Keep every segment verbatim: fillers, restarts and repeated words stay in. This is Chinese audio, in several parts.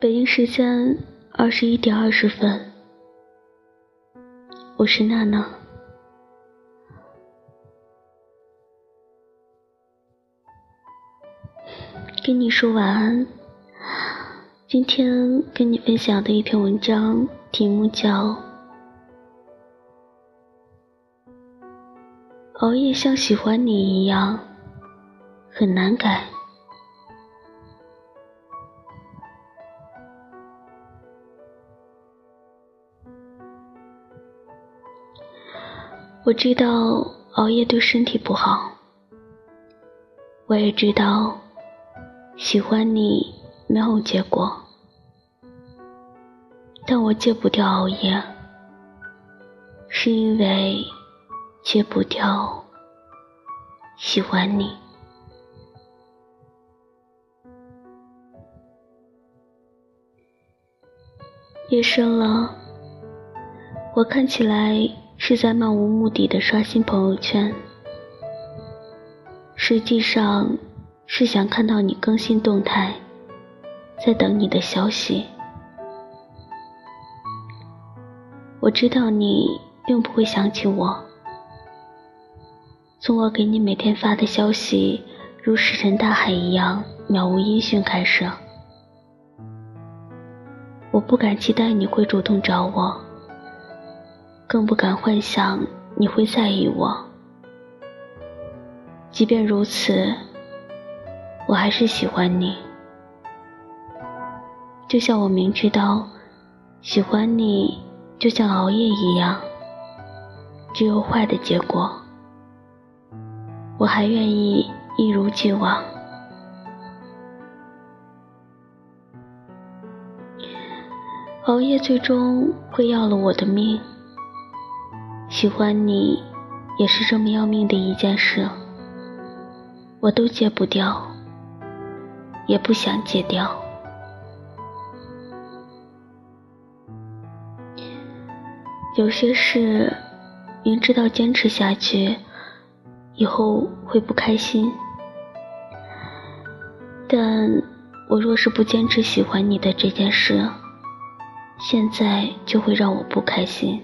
北京时间二十一点二十分，我是娜娜。跟你说晚安。今天跟你分享的一篇文章，题目叫熬夜像喜欢你一样，很难改。我知道熬夜对身体不好，我也知道喜欢你没有结果，但我戒不掉熬夜，是因为戒不掉喜欢你。夜深了，我看起来是在漫无目的地刷新朋友圈，实际上是想看到你更新动态，在等你的消息。我知道你并不会想起我，从我给你每天发的消息如石沉大海一样渺无音讯开始，我不敢期待你会主动找我，更不敢幻想你会在意我。即便如此，我还是喜欢你。就像我明知道喜欢你就像熬夜一样，只有坏的结果，我还愿意一如既往。熬夜最终会要了我的命，喜欢你也是这么要命的一件事，我都戒不掉，也不想戒掉。有些事明知道坚持下去以后会不开心，但我若是不坚持喜欢你的这件事，现在就会让我不开心。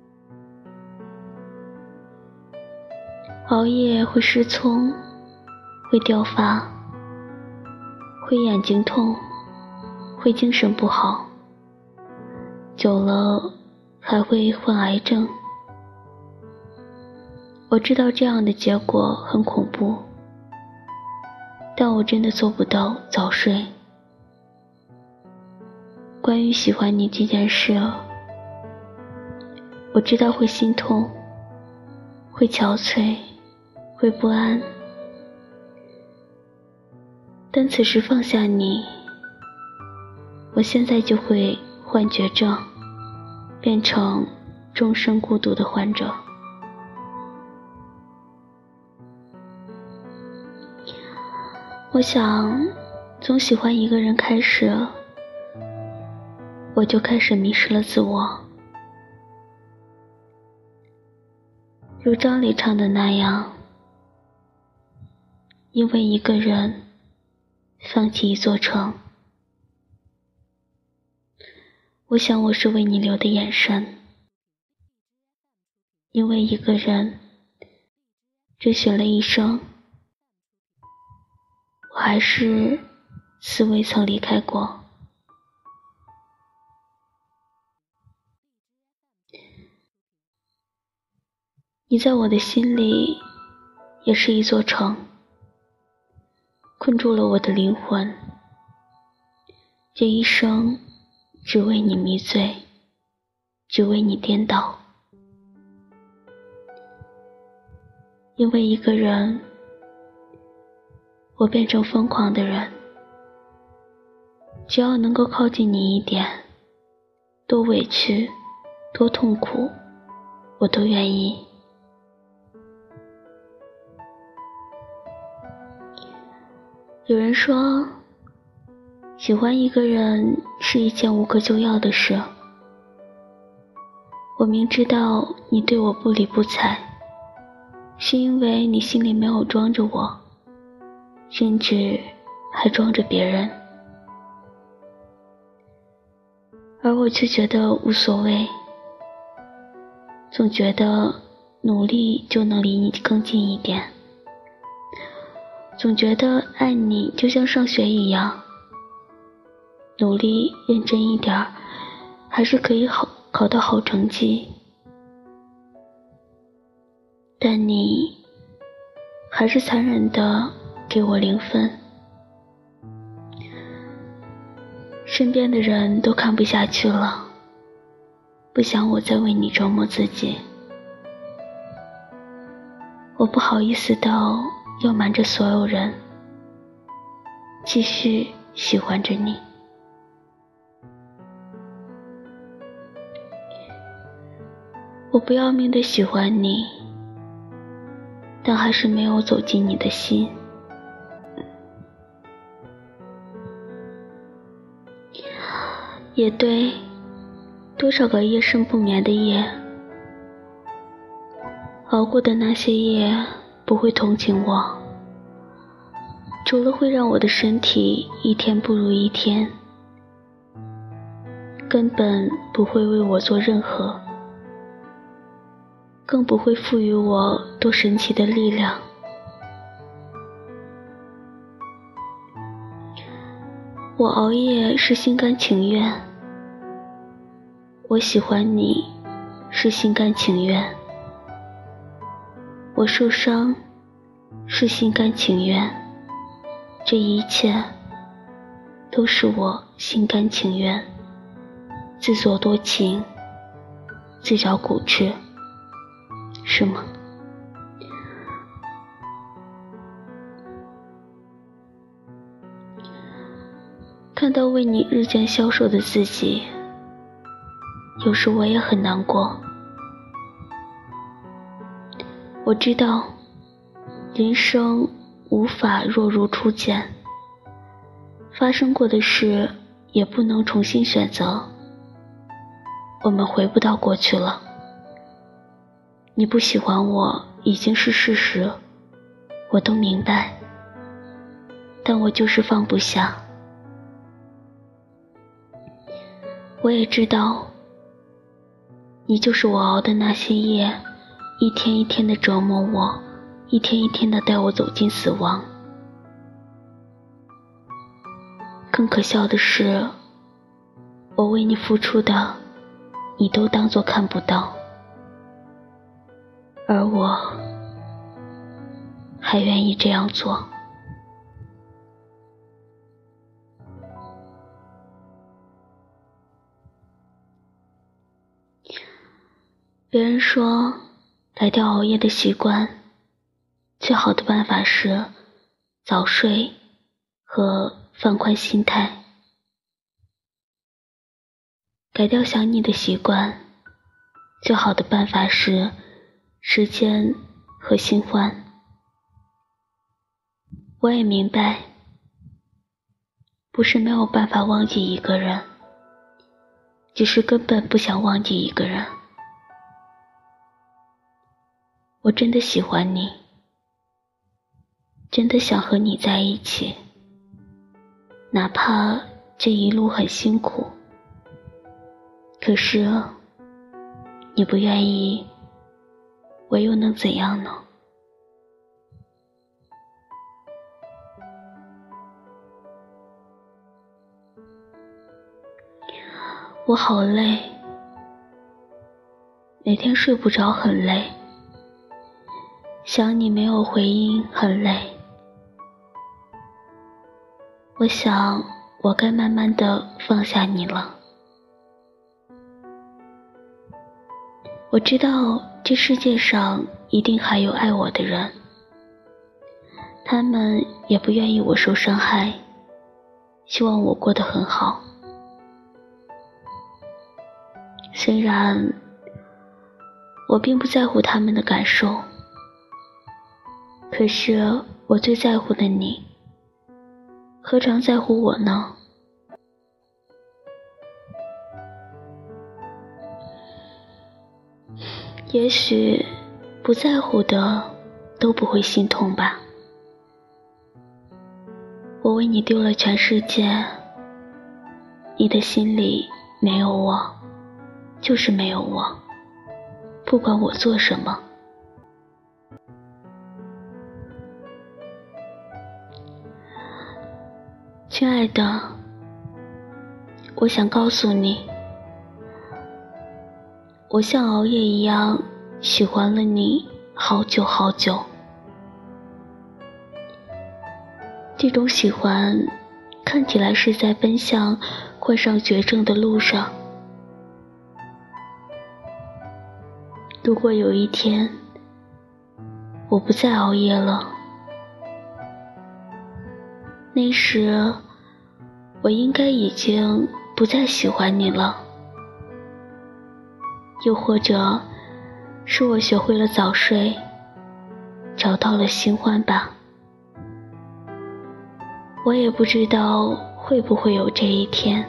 熬夜会失聪，会掉发，会眼睛痛，会精神不好，久了还会患癌症。我知道这样的结果很恐怖，但我真的做不到早睡。关于喜欢你这件事，我知道会心痛，会憔悴，会不安，但此时放下你，我现在就会患绝症，变成终生孤独的患者。我想从喜欢一个人开始，我就开始迷失了自我。如张磊唱的那样，因为一个人放弃一座城。我想我是为你流的眼神，因为一个人追寻了一生，我还是似未曾离开过。你在我的心里也是一座城，困住了我的灵魂，这一生只为你迷醉，只为你颠倒。因为一个人，我变成疯狂的人，只要能够靠近你一点，多委屈，多痛苦，我都愿意。有人说，喜欢一个人是一件无可救药的事。我明知道你对我不理不睬，是因为你心里没有装着我，甚至还装着别人。 而我却觉得无所谓，总觉得努力就能离你更近一点，总觉得爱你就像上学一样，努力认真一点还是可以好考到好成绩，但你还是残忍地给我零分。身边的人都看不下去了，不想我再为你折磨自己，我不好意思到要瞒着所有人继续喜欢着你。我不要命的喜欢你，但还是没有走进你的心。也对，多少个夜深不眠的夜，熬过的那些夜不会同情我，除了会让我的身体一天不如一天，根本不会为我做任何，更不会赋予我多神奇的力量。我熬夜是心甘情愿，我喜欢你是心甘情愿，我受伤是心甘情愿，这一切都是我心甘情愿，自作多情，自找苦吃，是吗？看到为你日渐消瘦的自己，有时我也很难过。我知道人生无法若如初见，发生过的事也不能重新选择，我们回不到过去了。你不喜欢我已经是事实，我都明白，但我就是放不下。我也知道，你就是我熬的那些夜，一天一天的折磨我，一天一天的带我走进死亡。更可笑的是，我为你付出的，你都当作看不到，而我还愿意这样做。别人说，改掉熬夜的习惯，最好的办法是早睡和放宽心态。改掉想你的习惯，最好的办法是时间和新欢。我也明白，不是没有办法忘记一个人，只是根本不想忘记一个人。我真的喜欢你，真的想和你在一起，哪怕这一路很辛苦，可是你不愿意，我又能怎样呢？我好累，每天睡不着很累，想你没有回应很累。我想我该慢慢地放下你了。我知道这世界上一定还有爱我的人，他们也不愿意我受伤害，希望我过得很好。虽然我并不在乎他们的感受，可是我最在乎的你，何尝在乎我呢？也许不在乎的都不会心痛吧。我为你丢了全世界，你的心里没有我，就是没有我，不管我做什么。亲爱的，我想告诉你，我像熬夜一样喜欢了你好久好久。这种喜欢看起来是在奔向患上绝症的路上。如果有一天我不再熬夜了，那时我应该已经不再喜欢你了。又或者是我学会了早睡，找到了新欢吧。我也不知道会不会有这一天，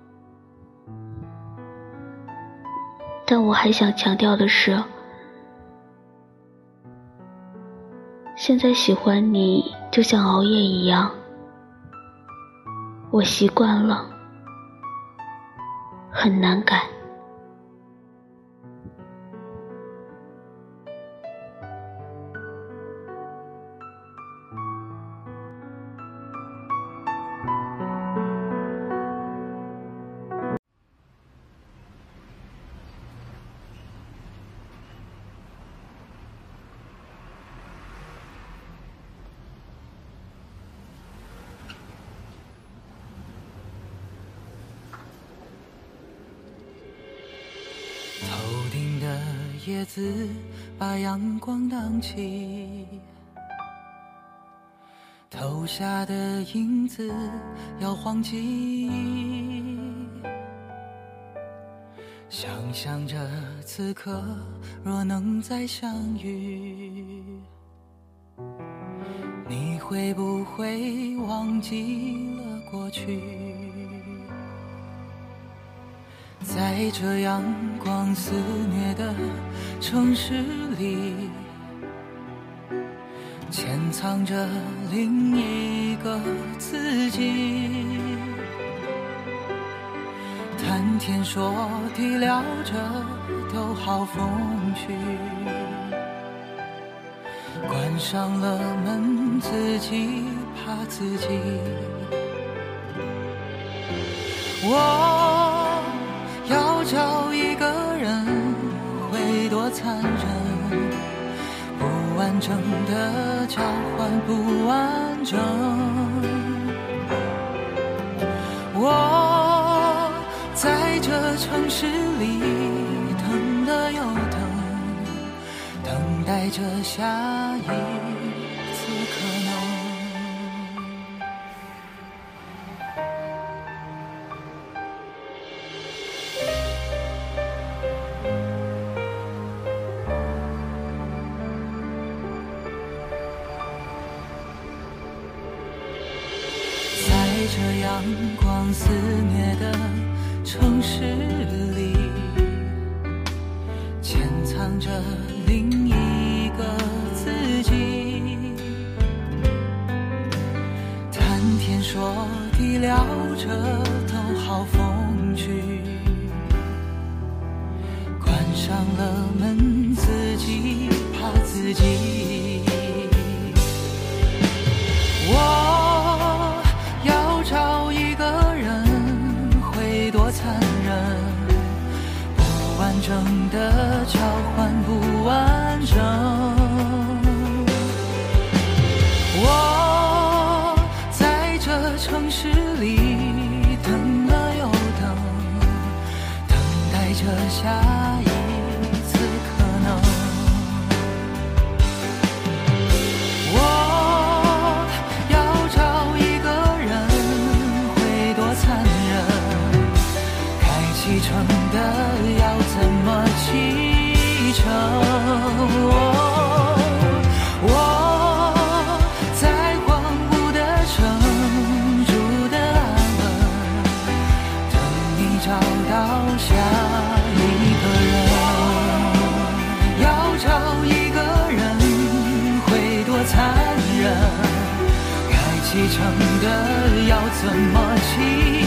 但我还想强调的是，现在喜欢你就像熬夜一样，我习惯了，很难改。 头顶的叶子把阳光荡起，投下的影子摇晃记忆，想象着此刻若能再相遇，你会不会忘记了过去？在这阳光肆虐的城市里，潜藏着另一个自己，谈天说地聊着都好风趣，关上了门自己怕自己。我要找一个人会多残忍，不完整的交换不完整。我在这城市里等了又等，等待着下一次可能。在这阳光肆虐的城市里，潜藏着另一个自己，谈天说地聊着都好风趣，关上了门自己怕自己。我要找一个人会多残忍，不完整的交换不完整。我在这城市里等了又等，等待着下一次可能。我要找一个人会多残忍，开启程的要怎么启程？我在荒芜的城住得安稳，等你找到下一个人。要找一个人会多残忍，该启程的要怎么启